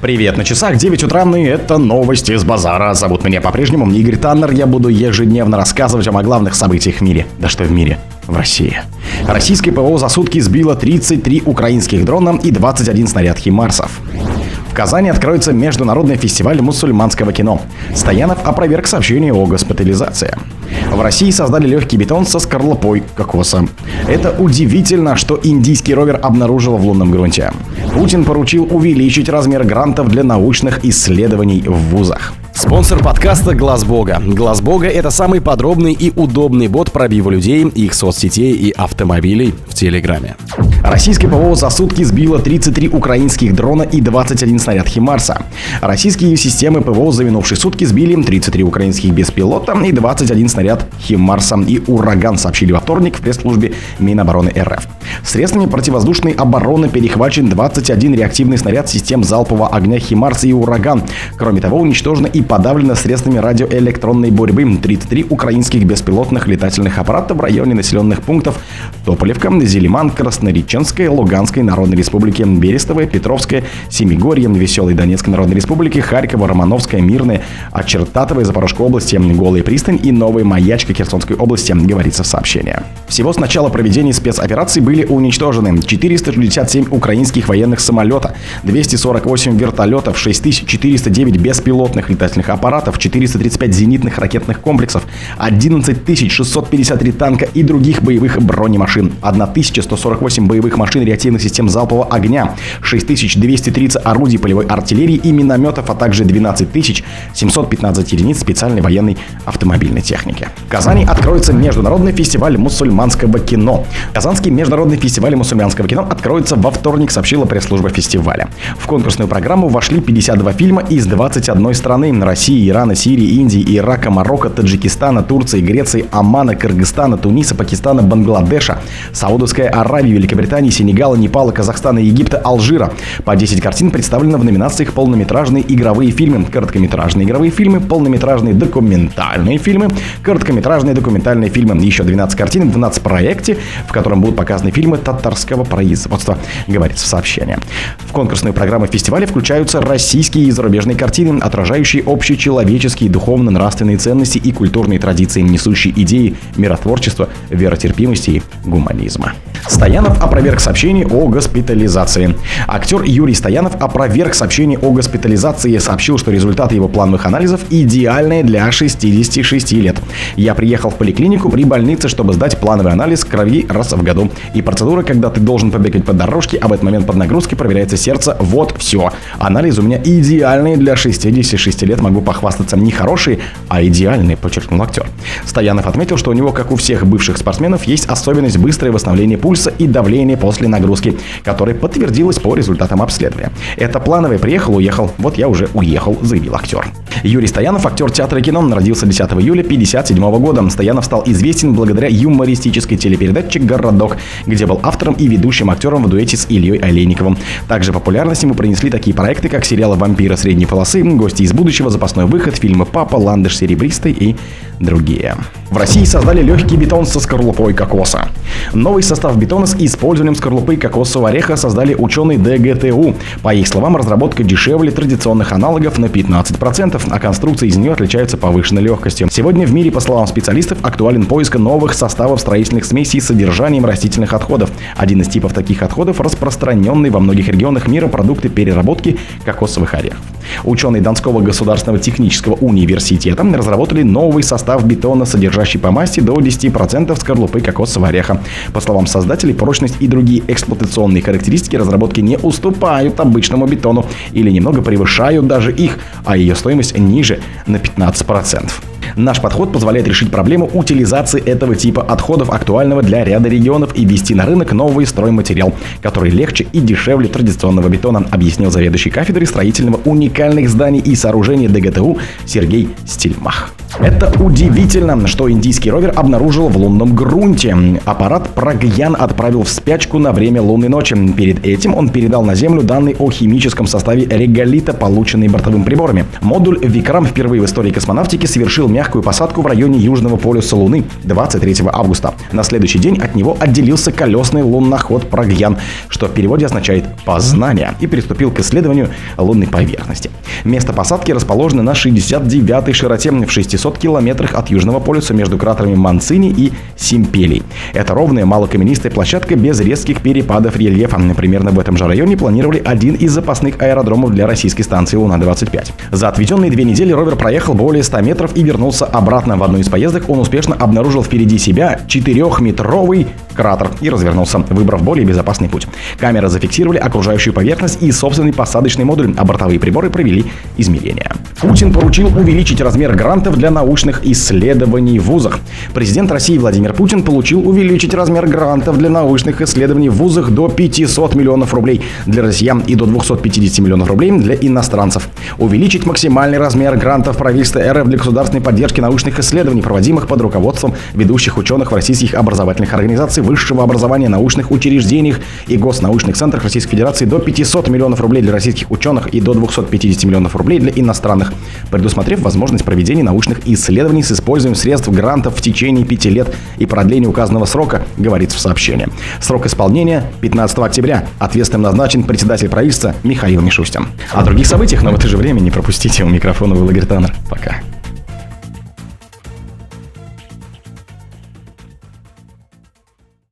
Привет, на часах 9 утра, и это новости с базара. Зовут меня по-прежнему Игорь Таннер. Я буду ежедневно рассказывать вам о главных событиях в мире. Да что в мире? В России. Российское ПВО за сутки сбило 33 украинских дрона и 21 снаряд «Химарсов». В Казани откроется международный фестиваль мусульманского кино. Стоянов опроверг сообщение о госпитализации. В России создали легкий бетон со скорлупой кокоса. Это удивительно, что индийский ровер обнаружил в лунном грунте. Путин поручил увеличить размер грантов для научных исследований в вузах. Спонсор подкаста «Глаз Бога». «Глаз Бога» — это самый подробный и удобный бот пробива людей, их соцсетей и автомобилей в Телеграме. Российское ПВО за сутки сбило 33 украинских дрона и 21 снаряд «Химарса». Российские системы ПВО за минувшие сутки сбили 33 украинских беспилота и 21 снаряд «Химарса» и «Ураган», сообщили во вторник в пресс-службе Минобороны РФ. Средствами противовоздушной обороны перехвачен 21 реактивный снаряд систем залпового огня «Химарс» и «Ураган». Кроме того, уничтожено и подавлено средствами радиоэлектронной борьбы 33 украинских беспилотных летательных аппаратов в районе населенных пунктов Тополевка, Зелиман, Краснореченская, Луганской Народной Республики, Берестовая, Петровская, Семигорье, Веселой Донецкой Народной Республики, Харькова, Романовская, Мирная, Очертатовая, Запорожской области, Голая пристань и Новая Маячка Херсонской области, говорится в сообщении. Всего с начала проведения спецоперации были уничтожены 467 украинских военных самолета, 248 вертолетов, 6409 беспилотных летательных аппаратов, 435 зенитных ракетных комплексов, 11 653 танка и других боевых бронемашин, 1148 боевых машин реактивных систем залпового огня, 6230 орудий полевой артиллерии и минометов, а также 12 715 единиц специальной военной автомобильной техники. В Казани откроется международный фестиваль мусульманского кино. Казанский международный фестиваль мусульманского кино откроется во вторник, сообщила пресс-служба фестиваля. В конкурсную программу вошли 52 фильма из 21 страны: России, Ирана, Сирии, Индии, Ирака, Марокко, Таджикистана, Турции, Греции, Омана, Кыргызстана, Туниса, Пакистана, Бангладеша, Саудовской Аравии, Великобритании, Сенегала, Непала, Казахстана, Египта, Алжира. По 10 картин представлено в номинациях: полнометражные игровые фильмы, короткометражные игровые фильмы, полнометражные документальные фильмы, короткометражные документальные фильмы. Еще 12 картин в нацпроекте, в котором будут показаны фильмы татарского производства, говорится в сообщении. В конкурсную программу фестиваля включаются российские и зарубежные картины, отражающие общечеловеческие духовно-нравственные ценности и культурные традиции, несущие идеи миротворчества, веротерпимости и гуманизма. Стоянов опроверг сообщение о госпитализации. Актер Юрий Стоянов опроверг сообщение о госпитализации и сообщил, что результаты его плановых анализов идеальные для 66 лет. «Я приехал в поликлинику при больнице, чтобы сдать плановый анализ крови раз в году. И процедура, когда ты должен побегать по дорожке, а в этот момент под нагрузкой проверяется сердце. Вот все. Анализы у меня идеальные для 66 лет. Могу похвастаться, не хорошие, а идеальные», подчеркнул актер. Стоянов отметил, что у него, как у всех бывших спортсменов, есть особенность быстрое восстановление пульса и давления после нагрузки, которая подтвердилась по результатам обследования. «Это плановый, приехал, уехал. Вот я уже уехал», заявил актер. Юрий Стоянов, актер театра и кино, родился 10 июля 1957 года. Стоянов стал известен благодаря юмористической телепередаче «Городок», где был автором и ведущим актером в дуэте с Ильей Олейниковым. Также популярность ему принесли такие проекты, как сериалы «Вампиры средней полосы», «Гости из будущего», «Запасной выход», фильмы «Папа», «Ландыш серебристый» и другие. В России создали легкий бетон со скорлупой кокоса. Новый состав бетона с использованием скорлупы кокосового ореха создали ученые ДГТУ. По их словам, разработка дешевле традиционных аналогов на 15%, а конструкции из нее отличаются повышенной легкостью. Сегодня в мире, по словам специалистов, актуален поиск новых составов строительных смесей с содержанием растительных отходов. Один из типов таких отходов — распространенный во многих регионах мира продукты переработки кокосовых орехов. Ученые Донского государственного технического университета разработали новый состав бетона, содержащий по массе до 10% скорлупы кокосового ореха. По словам создателей, прочность и другие эксплуатационные характеристики разработки не уступают обычному бетону или немного превышают даже их, а ее стоимость ниже на 15%. Наш подход позволяет решить проблему утилизации этого типа отходов, актуального для ряда регионов, и ввести на рынок новый стройматериал, который легче и дешевле традиционного бетона, объяснил заведующий кафедрой строительного уникальных зданий и сооружений ДГТУ Сергей Стельмах. Это удивительно, что индийский ровер обнаружил в лунном грунте. Аппарат Прагьян отправил в спячку на время лунной ночи. Перед этим он передал на Землю данные о химическом составе реголита, полученные бортовыми приборами. Модуль Викрам впервые в истории космонавтики совершил мягкую посадку в районе Южного полюса Луны 23 августа. На следующий день от него отделился колесный луноход Прагьян, что в переводе означает «познание», и приступил к исследованию лунной поверхности. Место посадки расположено на 69-й широте в 600 километрах от Южного полюса между кратерами Манцини и Симпелей. Это ровная малокаменистая площадка без резких перепадов рельефа. Примерно в этом же районе планировали один из запасных аэродромов для российской станции Луна-25. За отведенные 2 недели ровер проехал более 100 метров и вернулся обратно. В одной из поездок он успешно обнаружил впереди себя 4-метровый кратер и развернулся, выбрав более безопасный путь. Камеры зафиксировали окружающую поверхность и собственный посадочный модуль, а бортовые приборы провели измерения. Путин поручил увеличить размер грантов для научных исследований в вузах. Президент России Владимир Путин поручил увеличить размер грантов для научных исследований в вузах до 500 миллионов рублей для россиян и до 250 миллионов рублей для иностранцев. Увеличить максимальный размер грантов правительства РФ для государственной поддержки научных исследований, проводимых под руководством ведущих ученых в российских образовательных организациях, высшего образования, научных учреждениях и госнаучных центрах Российской Федерации до 500 миллионов рублей для российских ученых и до 250 миллионов рублей для иностранных, предусмотрев возможность проведения научных исследований с использованием средств грантов в течение 5 лет и продление указанного срока, говорится в сообщении. Срок исполнения 15 октября. Ответственным назначен председатель правительства Михаил Мишустин. О других событиях, но в это же время не пропустите. У микрофона был Игорь Таннер. Пока.